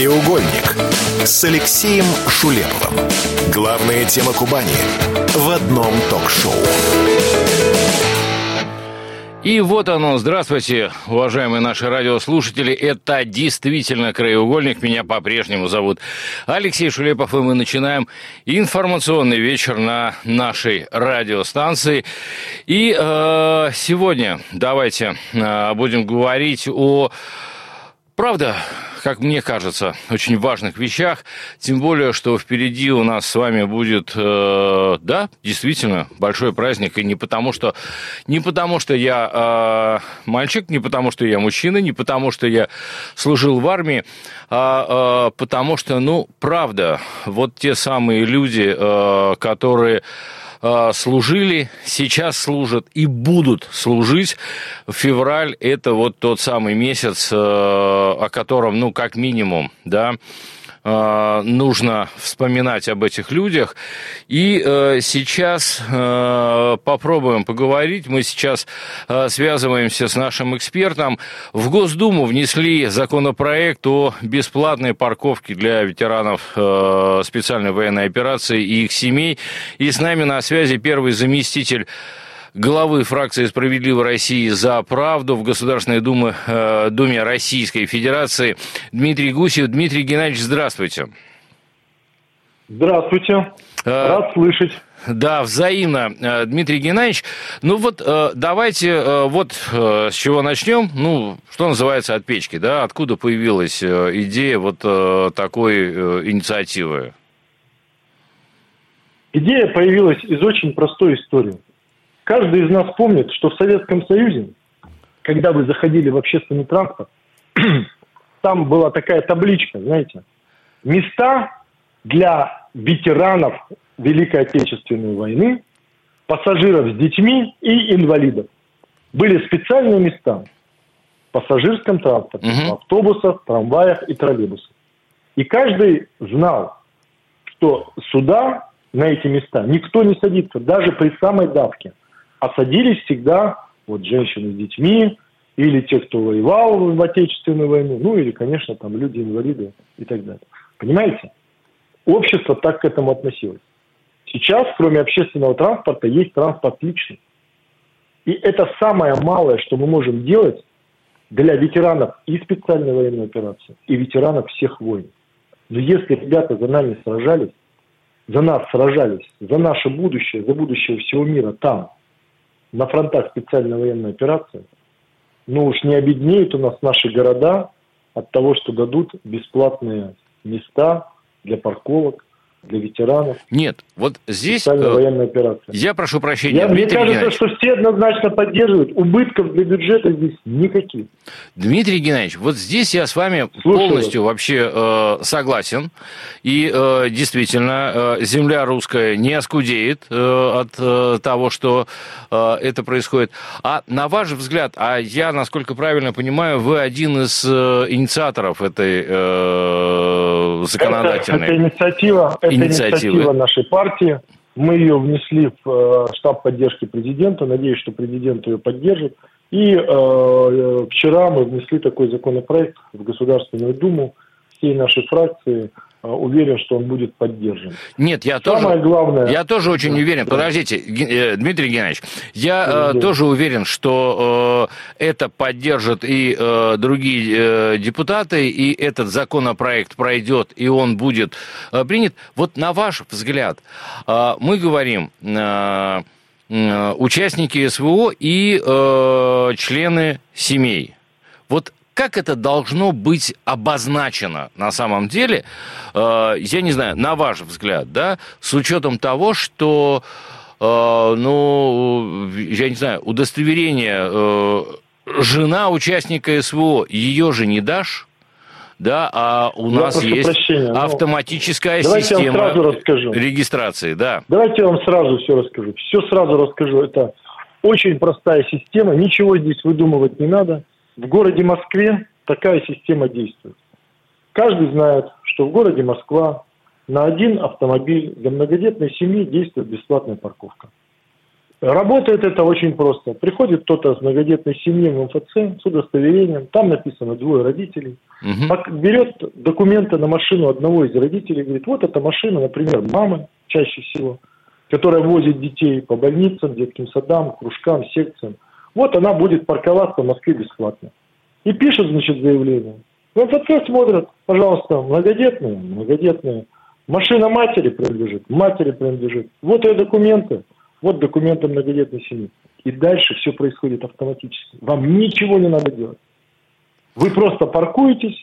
«Краеугольник» с Алексеем Шулеповым. Главная тема Кубани в одном ток-шоу. И вот оно. Здравствуйте, уважаемые наши радиослушатели. Это действительно «Краеугольник». Меня по-прежнему зовут Алексей Шулепов, и мы начинаем информационный вечер на нашей радиостанции. И сегодня давайте будем говорить о, правда, как мне кажется, очень важных вещах, тем более, что впереди у нас с вами будет, да, действительно, большой праздник, и не потому, что я мальчик, не потому, что я мужчина, не потому, что я служил в армии, а потому что, ну, правда, вот те самые люди, которые служили, сейчас служат и будут служить. Февраль – это вот тот самый месяц, о котором, ну, как минимум, да, нужно вспоминать об этих людях. И сейчас попробуем поговорить. Мы сейчас связываемся с нашим экспертом. В Госдуму внесли законопроект о бесплатной парковке для ветеранов специальной военной операции и их семей. И с нами на связи первый заместитель главы фракции «Справедливой России за правду» в Государственной Думе Российской Федерации Дмитрий Гусев. Дмитрий Геннадьевич, здравствуйте. Здравствуйте. Рад слышать. Да, взаимно, Дмитрий Геннадьевич. Ну вот давайте вот с чего начнем. Ну, что называется, от печки, да? Откуда появилась идея вот такой инициативы? Идея появилась из очень простой истории. Каждый из нас помнит, что в Советском Союзе, когда вы заходили в общественный транспорт, там была такая табличка, знаете, места для ветеранов Великой Отечественной войны, пассажиров с детьми и инвалидов. Были специальные места в пассажирском транспорте, в автобусах, трамваях и троллейбусах. И каждый знал, что сюда, на эти места, никто не садится, даже при самой давке. А садились всегда вот женщины с детьми, или те, кто воевал в Отечественную войну, ну или, конечно, там люди-инвалиды и так далее. Понимаете? Общество так к этому относилось. Сейчас, кроме общественного транспорта, есть транспорт личный. И это самое малое, что мы можем делать для ветеранов и специальной военной операции, и ветеранов всех войн. Но если ребята за нами сражались, за нас сражались, за наше будущее, за будущее всего мира там, на фронтах специальной военной операции, ну уж не обеднеют у нас наши города от того, что дадут бесплатные места для парковок, для ветеранов. Нет, вот здесь военная операция. Я прошу прощения, Мне кажется, что все однозначно поддерживают. Убытков для бюджета здесь никаких. Дмитрий Геннадьевич, вот здесь я с вами полностью вообще согласен. И действительно, земля русская не оскудеет от того, что это происходит. А на ваш взгляд, а я, насколько правильно понимаю, вы один из инициаторов этой законодательной... Это инициатива нашей партии. Мы ее внесли в штаб поддержки президента. Надеюсь, что президент ее поддержит. И вчера мы внесли такой законопроект в Государственную Думу всей нашей фракции. Уверен, что он будет поддержан. Нет, я Самое главное... Я тоже очень уверен. Подождите, Дмитрий Геннадьевич, я тоже уверен, что это поддержат и другие депутаты, и этот законопроект пройдет, и он будет принят. Вот на ваш взгляд, мы говорим... участники СВО и члены семей. Вот как это должно быть обозначено на самом деле, я не знаю, на ваш взгляд, да, с учетом того, что, ну, я не знаю, удостоверение жена участника СВО, ее же не дашь, да, а у нас есть автоматическая система регистрации, да. Давайте я вам сразу все расскажу. Все сразу расскажу. Это очень простая система, ничего здесь выдумывать не надо. В городе Москве такая система действует. Каждый знает, что в городе Москва на один автомобиль для многодетной семьи действует бесплатная парковка. Работает это очень просто. Приходит кто-то с многодетной семьи в МФЦ с удостоверением, там написано 2 родителей, берет документы на машину одного из родителей, говорит, вот эта машина, например, мамы чаще всего, которая возит детей по больницам, детским садам, кружкам, секциям. Вот она будет парковаться в Москве бесплатно. И пишет, значит, заявление. В МФЦ смотрят, пожалуйста, многодетные. Машина матери принадлежит. Вот ее документы. Вот документы многодетной семьи. И дальше все происходит автоматически. Вам ничего не надо делать. Вы просто паркуетесь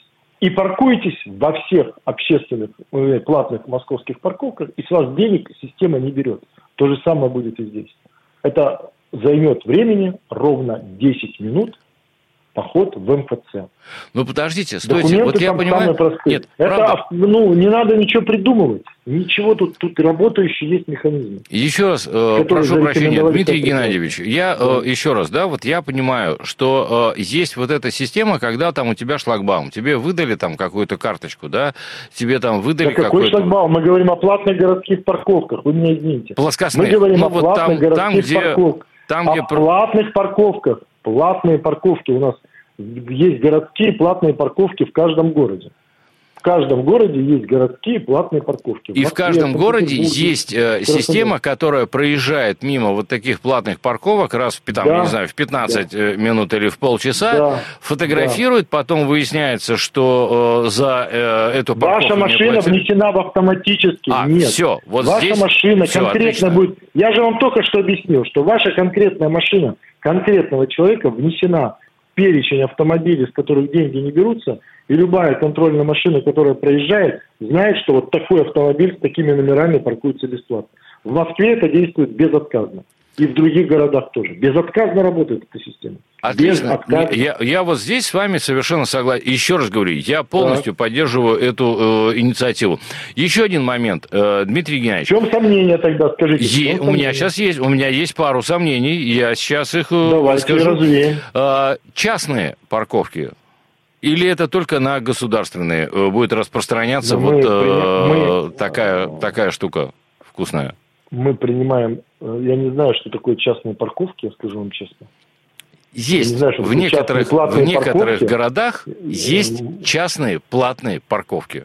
во всех общественных, платных московских парковках, и с вас денег система не берет. То же самое будет и здесь. Это займет времени ровно 10 минут. Поход в МФЦ. Ну, подождите, стойте. Документы вот я понимаю... Нет, это, не надо ничего придумывать. Ничего, тут работающий есть механизм. Еще раз прошу прощения, Дмитрий Геннадьевич, я еще раз, вот я понимаю, что есть вот эта система, когда там у тебя шлагбаум, тебе выдали там какую-то карточку, да, тебе там выдали какой шлагбаум? Мы говорим о платных городских парковках, вы меня извините. Плоскостные. Мы говорим о платных городских парковках. Платных парковках. Платные парковки у нас есть городские платные парковки в каждом городе. В каждом городе есть городские платные парковки. И в каждом городе есть система, которая проезжает мимо вот таких платных парковок раз в 15 минут или в полчаса, фотографирует, потом выясняется, что за эту парковку ваша машина внесена в автоматически. Нет. Все, вот ваша здесь машина все, конкретно отлично. будет... Я же вам только что объяснил, что ваша конкретная машина конкретного человека внесена в перечень автомобилей, с которых деньги не берутся, и любая контрольная машина, которая проезжает, знает, что вот такой автомобиль с такими номерами паркуется бесплатно. В Москве это действует безотказно. И в других городах тоже. Безотказно работает эта система. Отлично. Я вот здесь с вами совершенно согласен. Еще раз говорю, я полностью поддерживаю эту инициативу. Еще один момент, Дмитрий Геннадьевич. В чем сомнения тогда, скажите? У меня есть пару сомнений, я сейчас их скажу. Развеем. Частные парковки. Или это только на государственные будет распространяться такая штука вкусная? Мы принимаем... Я не знаю, что такое частные парковки, я скажу вам честно. Есть. Знаю, в некоторых городах есть частные платные парковки.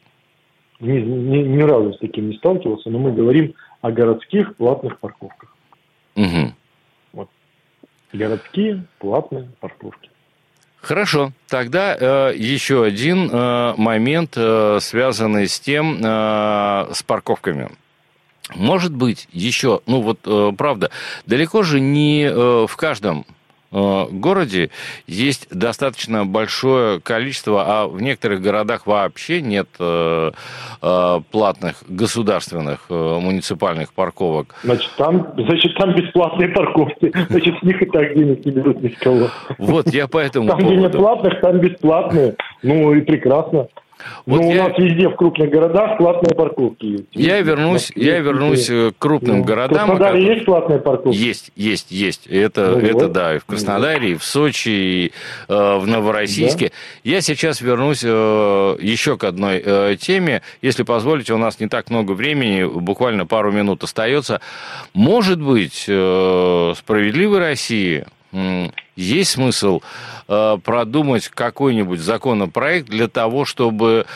Ни разу с таким не сталкивался, но мы говорим о городских платных парковках. Угу. Вот. Городские платные парковки. Хорошо. Тогда еще один момент, связанный с тем, с парковками. Может быть, еще, правда, далеко же не в каждом городе есть достаточно большое количество, а в некоторых городах вообще нет платных государственных муниципальных парковок. Значит, там бесплатные парковки. Значит, с них и так денег не берут ни с кого. Вот, я по этому поводу. Там, где нет платных, там бесплатные. Ну и прекрасно. Вот у нас везде в крупных городах платные парковки есть. Я вернусь к крупным городам. В Краснодаре есть платные парковки? Есть. Это да, и в Краснодаре, и в Сочи, и в Новороссийске. Да. Я сейчас вернусь еще к одной теме. Если позволите, у нас не так много времени, буквально пару минут остается. Может быть, «Справедливой России» есть смысл продумать какой-нибудь законопроект для того, чтобы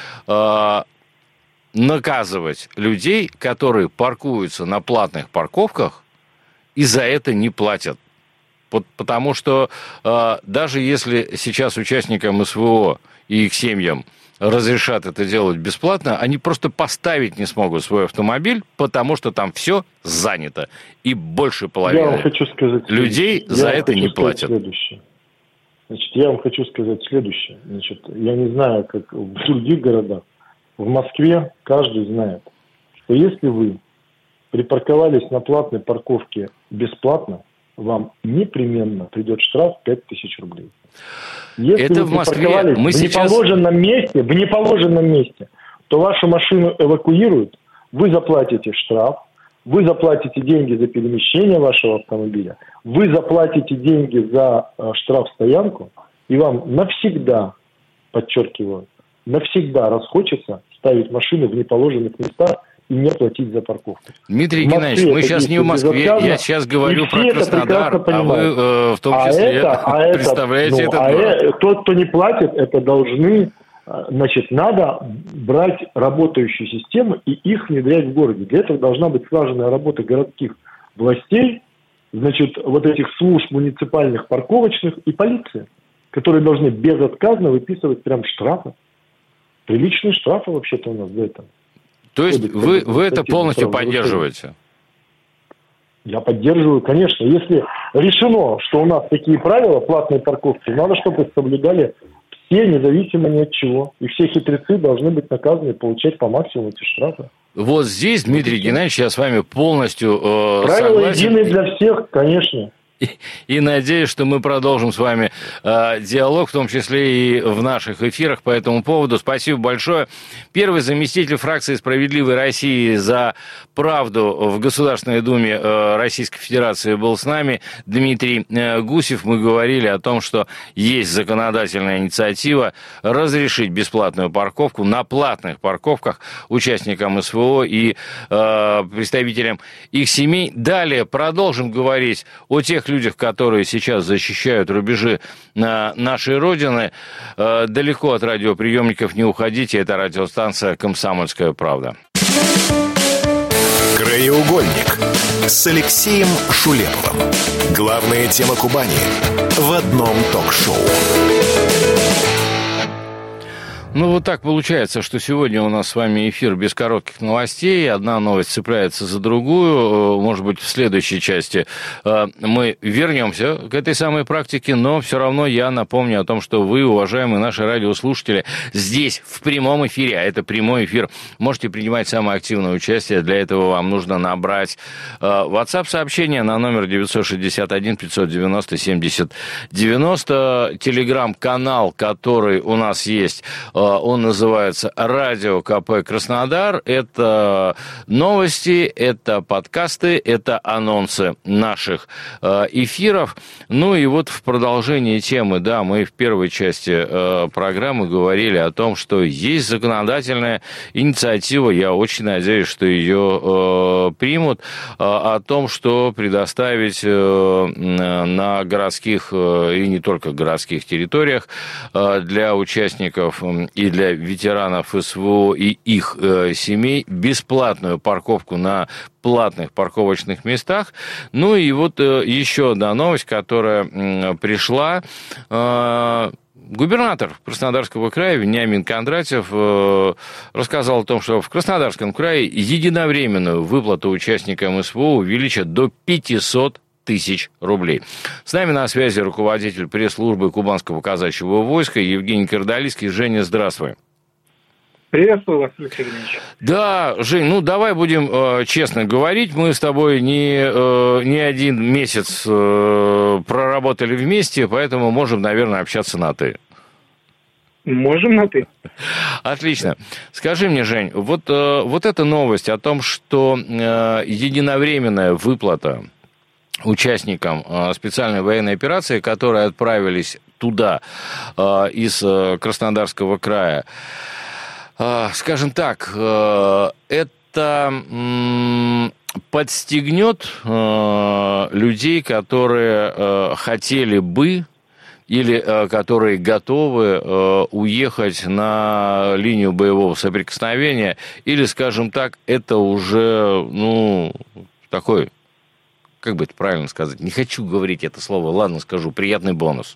наказывать людей, которые паркуются на платных парковках и за это не платят. Потому что даже если сейчас участникам СВО и их семьям разрешат это делать бесплатно, они просто поставить не смогут свой автомобиль, потому что там все занято. И больше половины людей за это не платят. Значит, я вам хочу сказать следующее. Значит, я не знаю, как в других городах. В Москве каждый знает, что если вы припарковались на платной парковке бесплатно, вам непременно придет штраф 5000 рублей. Если это вы в Москве. Мы в неположенном месте, то вашу машину эвакуируют, вы заплатите штраф, вы заплатите деньги за перемещение вашего автомобиля, вы заплатите деньги за штрафстоянку, и вам навсегда, подчеркиваю, навсегда расхочется ставить машину в неположенных местах и не платить за парковку. Дмитрий Геннадьевич, мы сейчас не в Москве, я сейчас говорю про Краснодар, а вы в том числе представляете этот город. Тот, кто не платит, это должны... Значит, надо брать работающие системы и их внедрять в городе. Для этого должна быть слаженная работа городских властей, значит, вот этих служб муниципальных, парковочных и полиции, которые должны безотказно выписывать прям штрафы. Приличные штрафы вообще-то у нас за это. То есть вы это полностью поддерживаете? Я поддерживаю, конечно. Если решено, что у нас такие правила платной парковки, надо, чтобы их соблюдали все, независимо ни от чего. И все хитрецы должны быть наказаны и получать по максимуму эти штрафы. Вот здесь, Дмитрий Геннадьевич, я с вами полностью правила согласен. Единые для всех, конечно. И надеюсь, что мы продолжим с вами диалог, в том числе и в наших эфирах по этому поводу. Спасибо большое. Первый заместитель фракции «Справедливой России за правду» в Государственной Думе Российской Федерации был с нами. Дмитрий Гусев. Мы говорили о том, что есть законодательная инициатива разрешить бесплатную парковку на платных парковках участникам СВО и представителям их семей. Далее продолжим говорить о тех людях, которые сейчас защищают рубежи нашей Родины. Далеко от радиоприемников не уходите. Это радиостанция «Комсомольская правда». «Краеугольник» с Алексеем Шулеповым. Главная тема Кубани в одном ток-шоу. Ну, вот так получается, что сегодня у нас с вами эфир без коротких новостей. Одна новость цепляется за другую. Может быть, в следующей части мы вернемся к этой самой практике, но все равно я напомню о том, что вы, уважаемые наши радиослушатели, здесь, в прямом эфире, а это прямой эфир, можете принимать самое активное участие. Для этого вам нужно набрать WhatsApp-сообщение на номер 961-590-70-90. Телеграм-канал, который у нас есть, он называется «Радио КП Краснодар». Это новости, это подкасты, это анонсы наших эфиров. Ну и вот в продолжении темы, да, мы в первой части программы говорили о том, что есть законодательная инициатива, я очень надеюсь, что ее примут, о том, что предоставить на городских и не только городских территориях для участников и для ветеранов СВО и их семей бесплатную парковку на платных парковочных местах. Ну и вот еще одна новость, которая пришла. Губернатор Краснодарского края Вениамин Кондратьев рассказал о том, что в Краснодарском крае единовременную выплату участникам СВО увеличат до 500 тысяч рублей. С нами на связи руководитель пресс-службы Кубанского казачьего войска Евгений Кардалийский. Женя, здравствуй. Приветствую вас, Алексей Ильич. Да, Жень, ну давай будем честно говорить. Мы с тобой не один месяц проработали вместе, поэтому можем, наверное, общаться на «ты». Можем на «ты». Отлично. Скажи мне, Жень, вот эта новость о том, что единовременная выплата участникам специальной военной операции, которые отправились туда из Краснодарского края, скажем так, это подстегнет людей, которые хотели бы или которые готовы уехать на линию боевого соприкосновения, или, скажем так, это уже, такой, как бы это правильно сказать, не хочу говорить это слово, ладно, скажу, приятный бонус.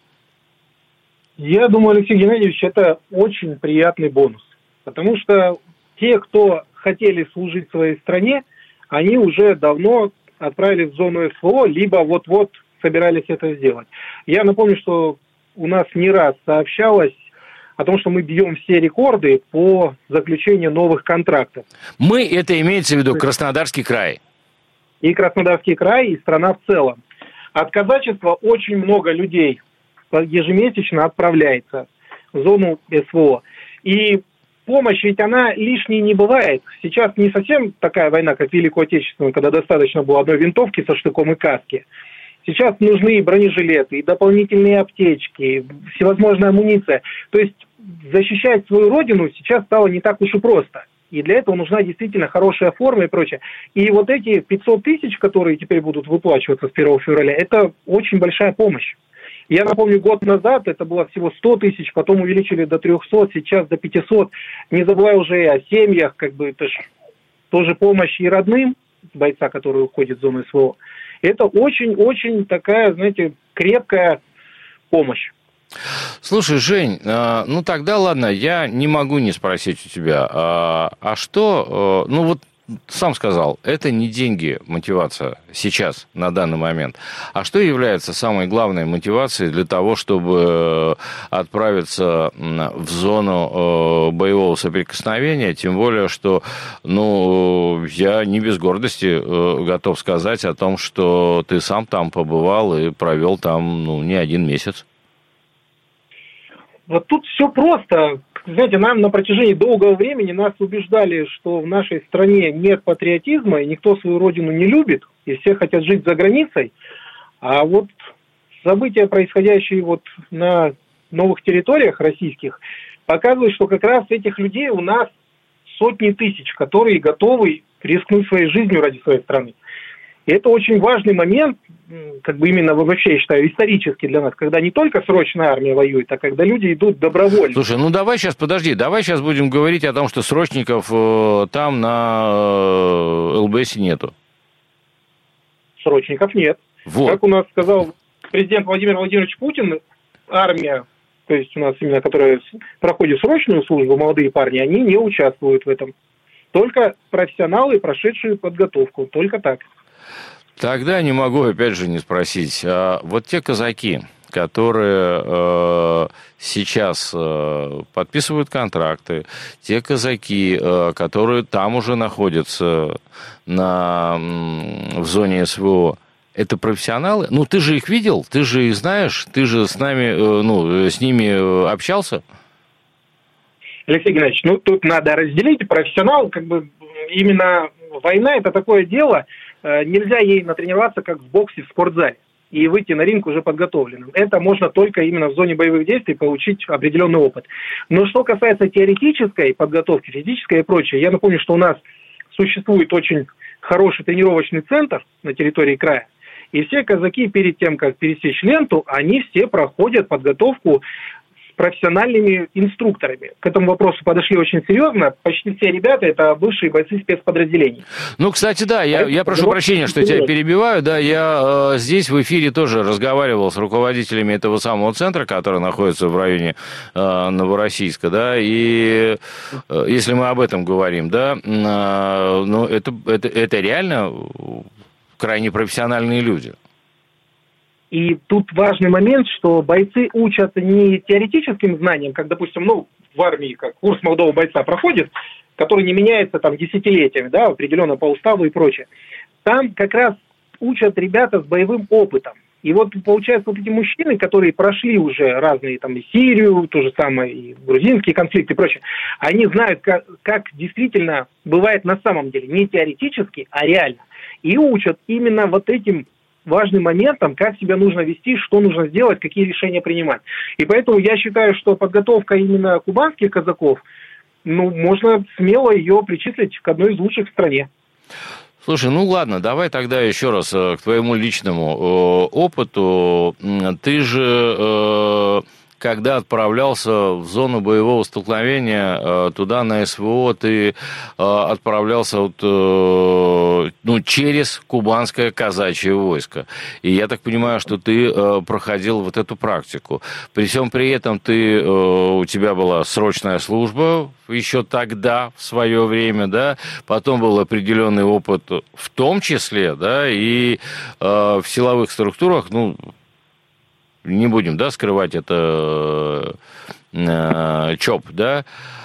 Я думаю, Алексей Геннадьевич, это очень приятный бонус, потому что те, кто хотели служить своей стране, они уже давно отправились в зону СВО, либо вот-вот собирались это сделать. Я напомню, что у нас не раз сообщалось о том, что мы бьем все рекорды по заключению новых контрактов. Мы, это имеется в виду Краснодарский край. И Краснодарский край, и страна в целом. От казачества очень много людей ежемесячно отправляется в зону СВО. И помощь, ведь она лишней не бывает. Сейчас не совсем такая война, как Великую Отечественную, когда достаточно было одной винтовки со штыком и каски. Сейчас нужны и бронежилеты, и дополнительные аптечки, всевозможная амуниция. То есть защищать свою родину сейчас стало не так уж и просто. И для этого нужна действительно хорошая форма и прочее. И вот эти 500 тысяч, которые теперь будут выплачиваться с 1 февраля, это очень большая помощь. Я напомню, год назад это было всего 100 тысяч, потом увеличили до 300, сейчас до 500. Не забывая уже и о семьях, это же тоже помощь и родным бойца, который уходит в зону СВО. Это очень-очень такая, крепкая помощь. Слушай, Жень, тогда ладно, я не могу не спросить у тебя, а что, сам сказал, это не деньги мотивация сейчас, на данный момент. А что является самой главной мотивацией для того, чтобы отправиться в зону боевого соприкосновения? Тем более, что, я не без гордости готов сказать о том, что ты сам там побывал и провел там, не один месяц. Вот тут все просто. Знаете, нам на протяжении долгого времени нас убеждали, что в нашей стране нет патриотизма, и никто свою родину не любит, и все хотят жить за границей. А вот события, происходящие на новых территориях российских, показывают, что как раз этих людей у нас сотни тысяч, которые готовы рискнуть своей жизнью ради своей страны. И это очень важный момент, именно вообще, я считаю, исторически для нас, когда не только срочная армия воюет, а когда люди идут добровольно. Слушай, давай сейчас будем говорить о том, что срочников там на ЛБС нету. Срочников нет. Вот. Как у нас сказал президент Владимир Владимирович Путин, армия, то есть у нас именно, которая проходит срочную службу, молодые парни, они не участвуют в этом. Только профессионалы, прошедшие подготовку, только так. Тогда не могу, опять же, не спросить. Вот те казаки, которые сейчас подписывают контракты, те казаки, которые там уже находятся в зоне СВО, это профессионалы? Ты же их видел, ты же их знаешь, ты же с ними общался? Алексей Геннадьевич, тут надо разделить. Профессионал, именно война – это такое дело, нельзя ей натренироваться, как в боксе в спортзале, и выйти на ринг уже подготовленным. Это можно только именно в зоне боевых действий получить определенный опыт. Но что касается теоретической подготовки, физической и прочее, я напомню, что у нас существует очень хороший тренировочный центр на территории края, и все казаки перед тем, как пересечь ленту, они все проходят подготовку профессиональными инструкторами. К этому вопросу подошли очень серьезно. Почти все ребята – это бывшие бойцы спецподразделений. Кстати, да, я прошу прощения, что тебя перебиваю. Да, я здесь в эфире тоже разговаривал с руководителями этого самого центра, который находится в районе Новороссийска, да, и если мы об этом говорим, да, это реально крайне профессиональные люди. И тут важный момент, что бойцы учатся не теоретическим знаниям, как, допустим, в армии, как курс молодого бойца проходит, который не меняется десятилетиями, да, определенно по уставу и прочее. Там как раз учат ребята с боевым опытом. И получается, эти мужчины, которые прошли уже разные, и Сирию, то же самое, и грузинские конфликты и прочее, они знают, как действительно бывает на самом деле, не теоретически, а реально. И учат именно этим важным моментом, как себя нужно вести, что нужно сделать, какие решения принимать. И поэтому я считаю, что подготовка именно кубанских казаков, можно смело ее причислить к одной из лучших в стране. Слушай, ладно, давай тогда еще раз к твоему личному опыту. Ты же, когда отправлялся в зону боевого столкновения, туда на СВО, ты отправлялся через кубанское казачье войско. И я так понимаю, что ты проходил эту практику. При всем при этом у тебя была срочная служба еще тогда, в свое время, да, потом был определенный опыт в том числе, да, и в силовых структурах, не будем, да, скрывать это ЧОП, да.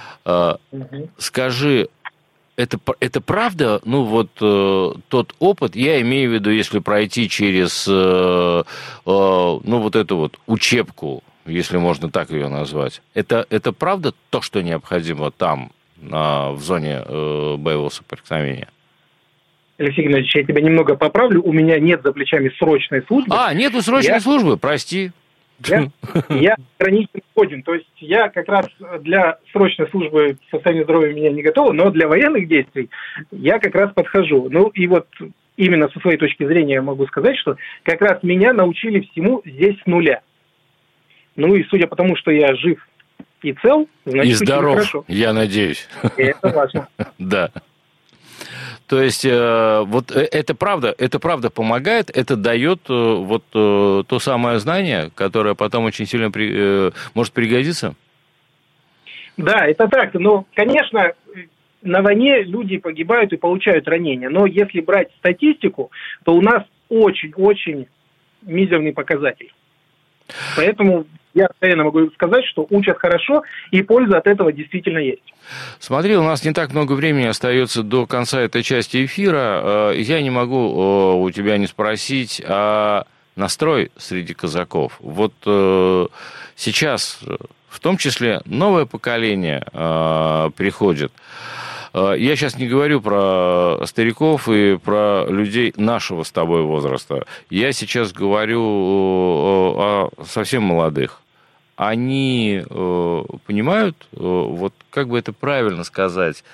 Скажи, это правда, тот опыт, я имею в виду, если пройти через, эту учебку, если можно так ее назвать, это правда то, что необходимо там, в зоне боевого соприкосновения? Алексей Геннадьевич, я тебя немного поправлю. У меня нет за плечами срочной службы. Нету срочной службы, прости. Я граничный годен. То есть я как раз для срочной службы состояние здоровья меня не готово, но для военных действий я как раз подхожу. Ну и вот именно со своей точки зрения я могу сказать, что как раз меня научили всему здесь с нуля. Ну и судя по тому, что я жив и цел, значит, и здоров, хорошо. Я надеюсь. И это важно. Да. То есть, вот это правда помогает, это дает вот то самое знание, которое потом очень сильно может пригодиться? Да, это так. Но, конечно, на войне люди погибают и получают ранения. Но если брать статистику, то у нас очень-очень мизерный показатель. Поэтому я постоянно могу сказать, что учат хорошо, и польза от этого действительно есть. Смотри, у нас не так много времени остается до конца этой части эфира. Я не могу у тебя не спросить о настрой среди казаков. Вот сейчас, в том числе, новое поколение приходит. Я сейчас не говорю про стариков и про людей нашего с тобой возраста. Я сейчас говорю о совсем молодых. Они понимают, вот как бы это правильно сказать,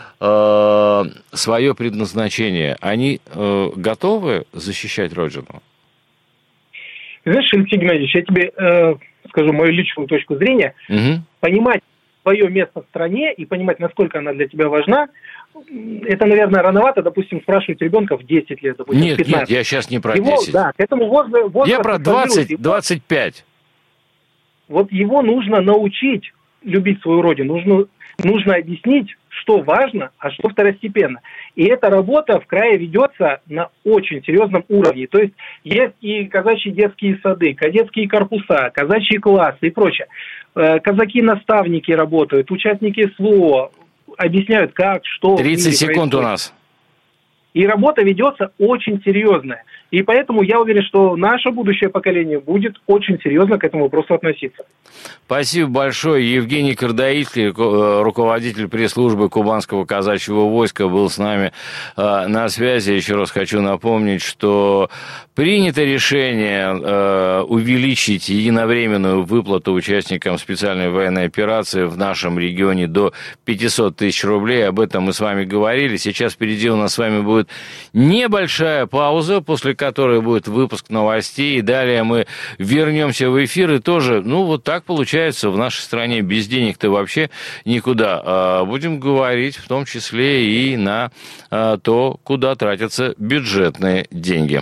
свое предназначение. Они готовы защищать Родину? Знаешь, Алексей Геннадьевич, я тебе скажу мою личную точку зрения. Понимать свое место в стране и понимать, насколько она для тебя важна, это, наверное, рановато, допустим, спрашивать ребенка в 10 лет, допустим, нет, 15. Нет, я сейчас не про 10. Да, к этому возрасту я про 20-25. Вот его нужно научить любить свою родину, нужно объяснить, что важно, а что второстепенно. И эта работа в крае ведется на очень серьезном уровне. То есть и казачьи детские сады, кадетские корпуса, казачьи классы и прочее. Казаки-наставники работают, участники СВО объясняют, как, что... 30 секунд происходит. У нас. И работа ведется очень серьезная. И поэтому я уверен, что наше будущее поколение будет очень серьезно к этому вопросу относиться. Спасибо большое. Евгений Кардаицкий, руководитель пресс-службы Кубанского казачьего войска, был с нами на связи. Еще раз хочу напомнить, что принято решение увеличить единовременную выплату участникам специальной военной операции в нашем регионе до 500 тысяч рублей. Об этом мы с вами говорили. Сейчас впереди у нас с вами будет небольшая пауза, после которой будет выпуск новостей. И далее мы вернемся в эфир. И тоже, вот так получается в нашей стране. Без денег-то вообще никуда. Будем говорить в том числе и на то, куда тратятся бюджетные деньги.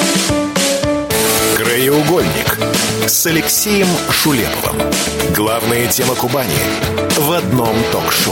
Краеугольник с Алексеем Шулеповым. Главная тема Кубани в одном ток-шоу.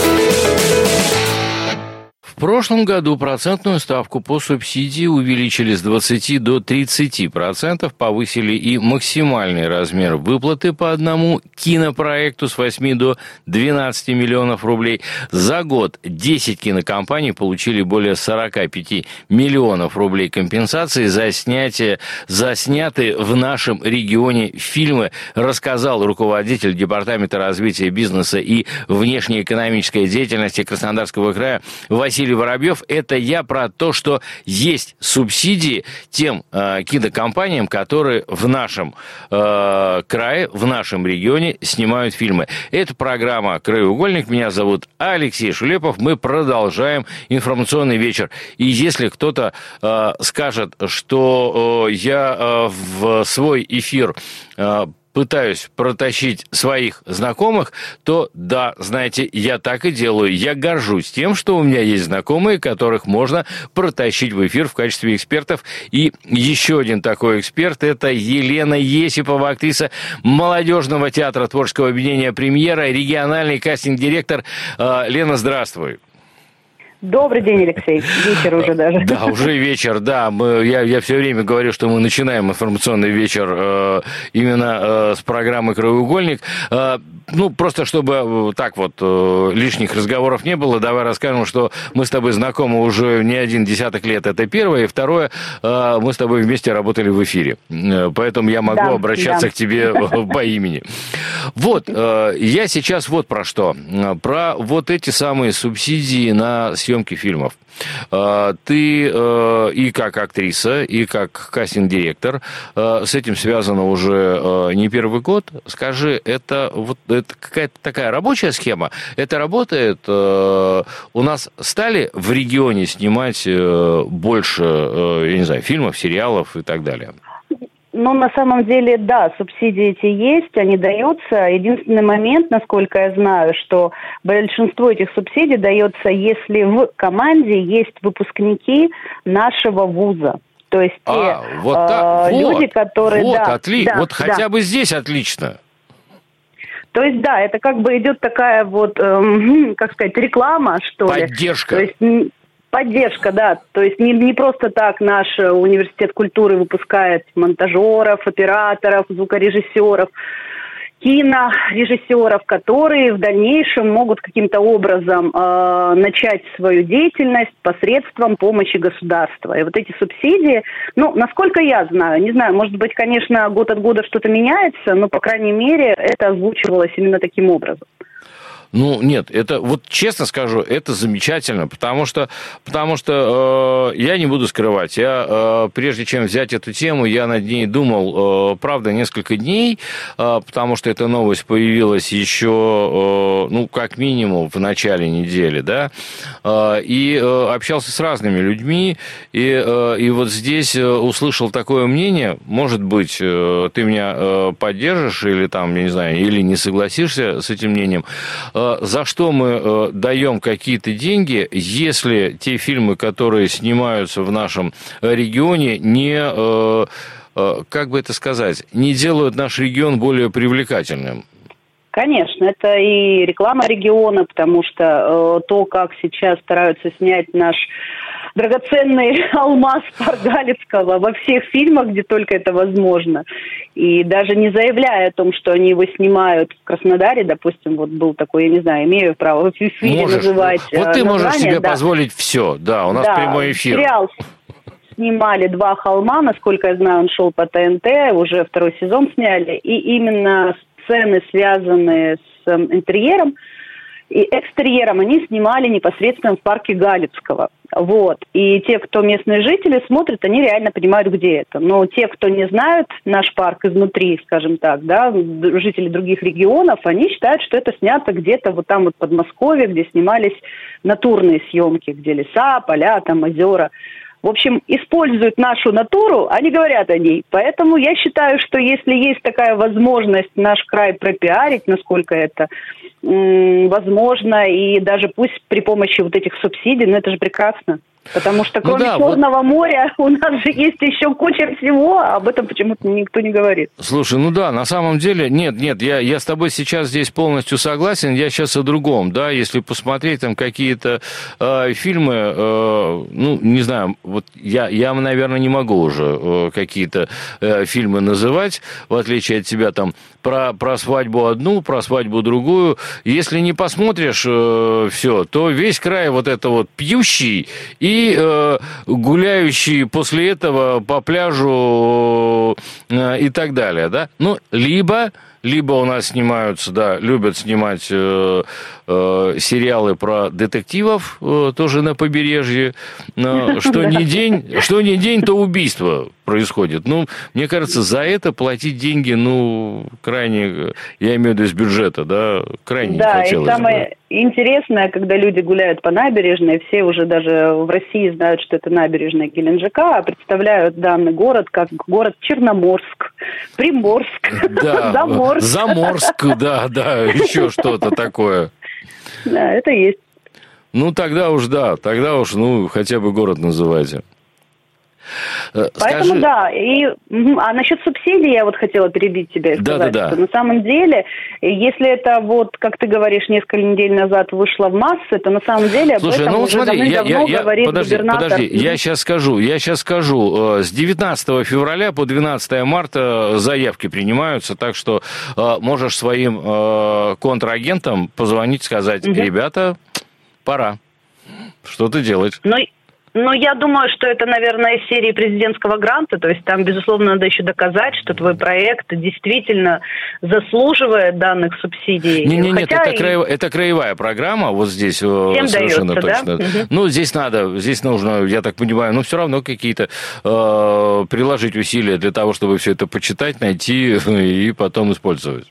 В прошлом году процентную ставку по субсидии увеличили с 20 до 30%, повысили и максимальный размер выплаты по одному кинопроекту с 8 до 12 миллионов рублей. За год 10 кинокомпаний получили более 45 миллионов рублей компенсации за снятые в нашем регионе фильмы, рассказал руководитель Департамента развития бизнеса и внешнеэкономической деятельности Краснодарского края Василий Воробьев. Это я про то, что есть субсидии тем кинокомпаниям, которые в нашем крае, в нашем регионе снимают фильмы. Это программа «Краеугольник». Меня зовут Алексей Шулепов. Мы продолжаем информационный вечер. И если кто-то скажет, что я в свой эфир пытаюсь протащить своих знакомых, то да, знаете, я так и делаю. Я горжусь тем, что у меня есть знакомые, которых можно протащить в эфир в качестве экспертов. И еще один такой эксперт – это Елена Есипова, актриса Молодежного театра творческого объединения «Премьера», региональный кастинг-директор. Лена, здравствуй. Добрый день, Алексей. Вечер уже даже. Да, уже вечер, да. Я все время говорю, что мы начинаем информационный вечер именно с программы «Краеугольник». Просто чтобы так вот лишних разговоров не было, давай расскажем, что мы с тобой знакомы уже не один десяток лет. Это первое. И второе, мы с тобой вместе работали в эфире. Поэтому я могу обращаться к тебе по имени. Вот, я сейчас вот про что. Про вот эти самые субсидии на съемку съемки фильмов. Ты и как актриса, и как кастинг-директор, с этим связано уже не первый год. Скажи, это какая-то такая рабочая схема? Это работает? У нас стали в регионе снимать больше, я не знаю, фильмов, сериалов и так далее? Ну, на самом деле, да, субсидии эти есть, они даются. Единственный момент, насколько я знаю, что большинство этих субсидий дается, если в команде есть выпускники нашего вуза. То есть те люди, которые... Хотя бы здесь отлично. То есть, да, это как бы идет такая реклама, что ли. Поддержка. То есть, поддержка, да. То есть не просто так наш университет культуры выпускает монтажеров, операторов, звукорежиссеров, кинорежиссеров, которые в дальнейшем могут каким-то образом начать свою деятельность посредством помощи государства. И вот эти субсидии, насколько я знаю, не знаю, может быть, конечно, год от года что-то меняется, но, по крайней мере, это озвучивалось именно таким образом. Нет, это, честно скажу, это замечательно, потому что я не буду скрывать, прежде чем взять эту тему, я над ней думал, правда, несколько дней, потому что эта новость появилась еще, как минимум, в начале недели, да, и общался с разными людьми, и вот здесь услышал такое мнение, может быть, ты меня поддержишь или там, я не знаю, или не согласишься с этим мнением. За что мы даем какие-то деньги, если те фильмы, которые снимаются в нашем регионе, не делают наш регион более привлекательным? Конечно, это и реклама региона, потому что то, как сейчас стараются снять наш драгоценный алмаз Парк Галицкого во всех фильмах, где только это возможно. И даже не заявляя о том, что они его снимают в Краснодаре, допустим, был такой, я не знаю, имею право в эфире называть ты можешь себе позволить все, да, у нас прямой эфир. Сериал снимали «Два холма», насколько я знаю, он шел по ТНТ, уже второй сезон сняли, и именно сцены, связанные с интерьером и экстерьером, они снимали непосредственно в парке Галицкого. И те, кто местные жители, смотрят, они реально понимают, где это. Но те, кто не знают наш парк изнутри, скажем так, да, жители других регионов, они считают, что это снято где-то там в Подмосковье, где снимались натурные съемки, где леса, поля, озера. В общем, используют нашу натуру, а не говорят о ней. Поэтому я считаю, что если есть такая возможность наш край пропиарить, насколько это возможно, и даже пусть при помощи этих субсидий, это же прекрасно. Потому что кроме Черного моря у нас же есть еще куча всего, а об этом почему-то никто не говорит. Слушай, на самом деле, нет, я с тобой сейчас здесь полностью согласен, я сейчас о другом, да, если посмотреть там какие-то фильмы, не знаю, я, наверное, не могу уже какие-то фильмы называть, в отличие от тебя, там, про свадьбу одну, про свадьбу другую, если не посмотришь все, то весь край пьющий и гуляющие после этого по пляжу и так далее, да? Либо у нас снимаются, да, любят снимать сериалы про детективов, тоже на побережье. Что не день, то убийство происходит. Мне кажется, за это платить деньги, крайне, я имею в виду из бюджета, да, крайне не хотелось. Да, и самое интересное, когда люди гуляют по набережной, все уже даже в России знают, что это набережная Геленджика, а представляют данный город как город Черноморск, Приморск, Заморск, да, еще что-то такое. Да, это есть. Тогда уж, хотя бы город называйте. Поэтому, да, а насчет субсидий я хотела перебить тебя и сказать, что на самом деле, если это как ты говоришь, несколько недель назад вышло в массы, то на самом деле об этом уже давным-давно говорит губернатор. Подожди, я сейчас скажу, с 19 февраля по 12 марта заявки принимаются, так что можешь своим контрагентам позвонить, сказать, ребята, пора что-то делать. Ну, я думаю, что это, наверное, из серии президентского гранта, то есть там, безусловно, надо еще доказать, что твой проект действительно заслуживает данных субсидий. Нет, это краевая программа, вот здесь совершенно дается, точно. Да? Ну, здесь нужно, я так понимаю, но все равно какие-то приложить усилия для того, чтобы все это почитать, найти и потом использовать.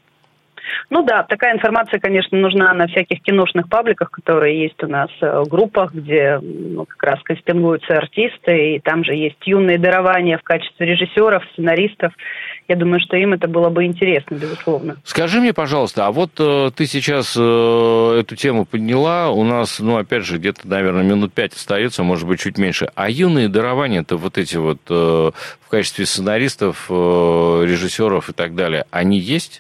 Ну да, такая информация, конечно, нужна на всяких киношных пабликах, которые есть у нас в группах, где как раз кастингуются артисты, и там же есть юные дарования в качестве режиссеров, сценаристов. Я думаю, что им это было бы интересно, безусловно. Скажи мне, пожалуйста, а вот ты сейчас эту тему подняла, у нас, опять же, где-то, наверное, минут 5 остается, может быть, чуть меньше. А юные дарования-то вот эти вот в качестве сценаристов, режиссеров и так далее, они есть?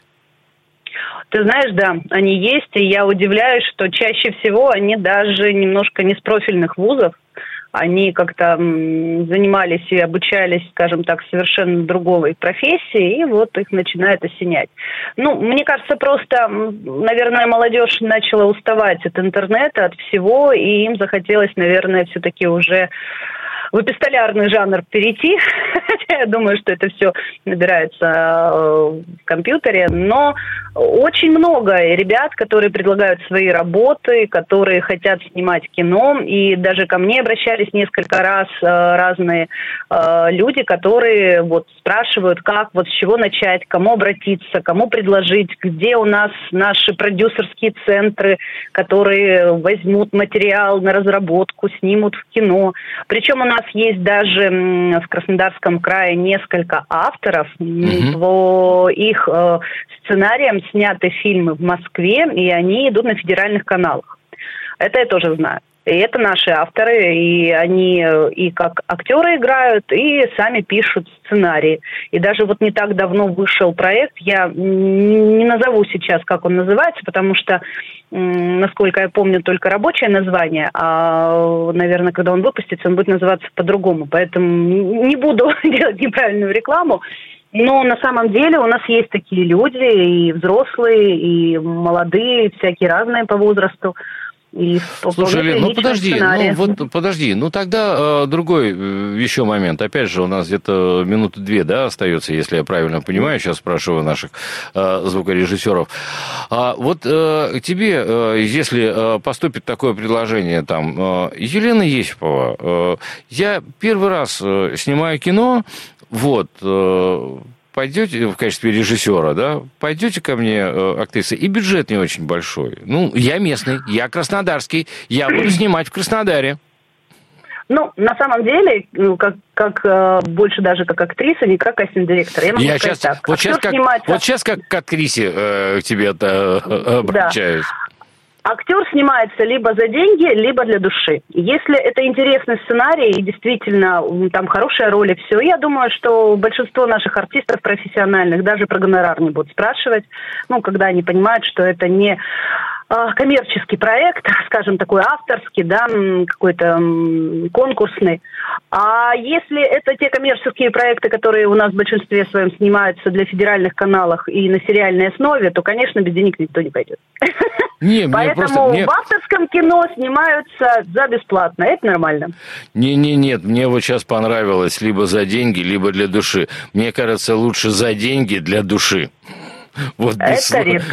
Ты знаешь, да, они есть, и я удивляюсь, что чаще всего они даже немножко не с профильных вузов, они как-то занимались и обучались, скажем так, совершенно другой профессии, и вот их начинает осенять. Мне кажется, просто, наверное, молодежь начала уставать от интернета, от всего, и им захотелось, наверное, все-таки уже в эпистолярный жанр перейти. Я думаю, что это все набирается в компьютере. Но очень много ребят, которые предлагают свои работы, которые хотят снимать кино. И даже ко мне обращались несколько раз разные люди, которые вот спрашивают, как, вот с чего начать, кому обратиться, кому предложить, где у нас наши продюсерские центры, которые возьмут материал на разработку, снимут в кино. Причем у нас есть даже в Краснодарском крае несколько авторов. По их сценариям сняты фильмы в Москве, и они идут на федеральных каналах. Это я тоже знаю. И это наши авторы, и они и как актеры играют, и сами пишут сценарии. И даже вот не так давно вышел проект, я не назову сейчас, как он называется, потому что, насколько я помню, только рабочее название, а, наверное, когда он выпустится, он будет называться по-другому. Поэтому не буду делать неправильную рекламу. Но на самом деле у нас есть такие люди, и взрослые, и молодые, всякие разные по возрасту. Слушай, Лен, подожди, тогда другой еще момент. Опять же, у нас где-то минуты 2, да, остается, если я правильно понимаю, сейчас спрашиваю наших звукорежиссеров. Вот тебе, если поступит такое предложение, там, Елена Есипова, я первый раз снимаю кино, вот, пойдете в качестве режиссера, да, пойдете ко мне, актриса, и бюджет не очень большой. Я местный, я краснодарский, я буду снимать в Краснодаре. На самом деле, как больше даже как актриса, не как кастинг-директор. Я могу сказать так. Вот сейчас как к актрисе к тебе обращаюсь. Да. Актер снимается либо за деньги, либо для души. Если это интересный сценарий и действительно там хорошая роль и все, я думаю, что большинство наших артистов профессиональных даже про гонорар не будут спрашивать, когда они понимают, что это не коммерческий проект, скажем, такой авторский, да, какой-то конкурсный. А если это те коммерческие проекты, которые у нас в большинстве своем снимаются для федеральных каналов и на сериальной основе, то, конечно, без денег никто не пойдет. Поэтому в авторском кино снимаются за бесплатно. Это нормально. Нет, мне вот сейчас понравилось либо за деньги, либо для души. Мне кажется, лучше за деньги для души. Вот без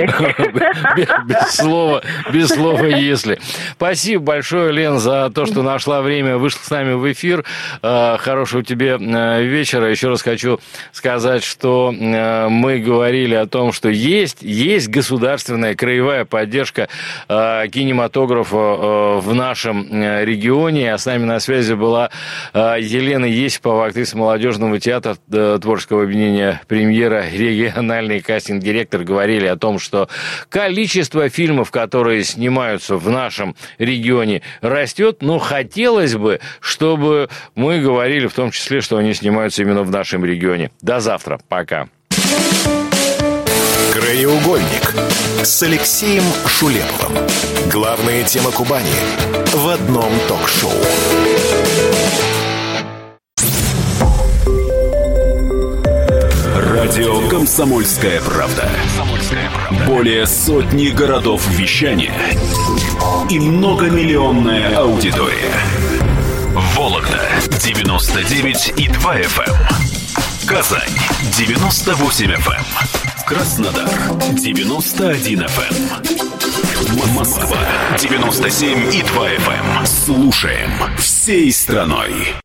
слова «если». Спасибо большое, Лен, за то, что нашла время, вышла с нами в эфир. Хорошего тебе вечера. Еще раз хочу сказать, что мы говорили о том, что есть государственная краевая поддержка кинематографа в нашем регионе. А с нами на связи была Елена Есипова, актриса молодежного театра творческого объединения «Премьера», региональный кастинг-директор. Говорили о том, что количество фильмов, которые снимаются в нашем регионе, растет, но хотелось бы, чтобы мы говорили в том числе, что они снимаются именно в нашем регионе. До завтра. Пока. Краеугольник с Алексеем Шулеповым. Главные темы Кубани в одном ток-шоу. Радио «Комсомольская правда». Более сотни городов вещания и многомиллионная аудитория. Вологда 99,2 FM. Казань 98 FM. Краснодар 91 FM. Москва 97,2 FM. Слушаем всей страной.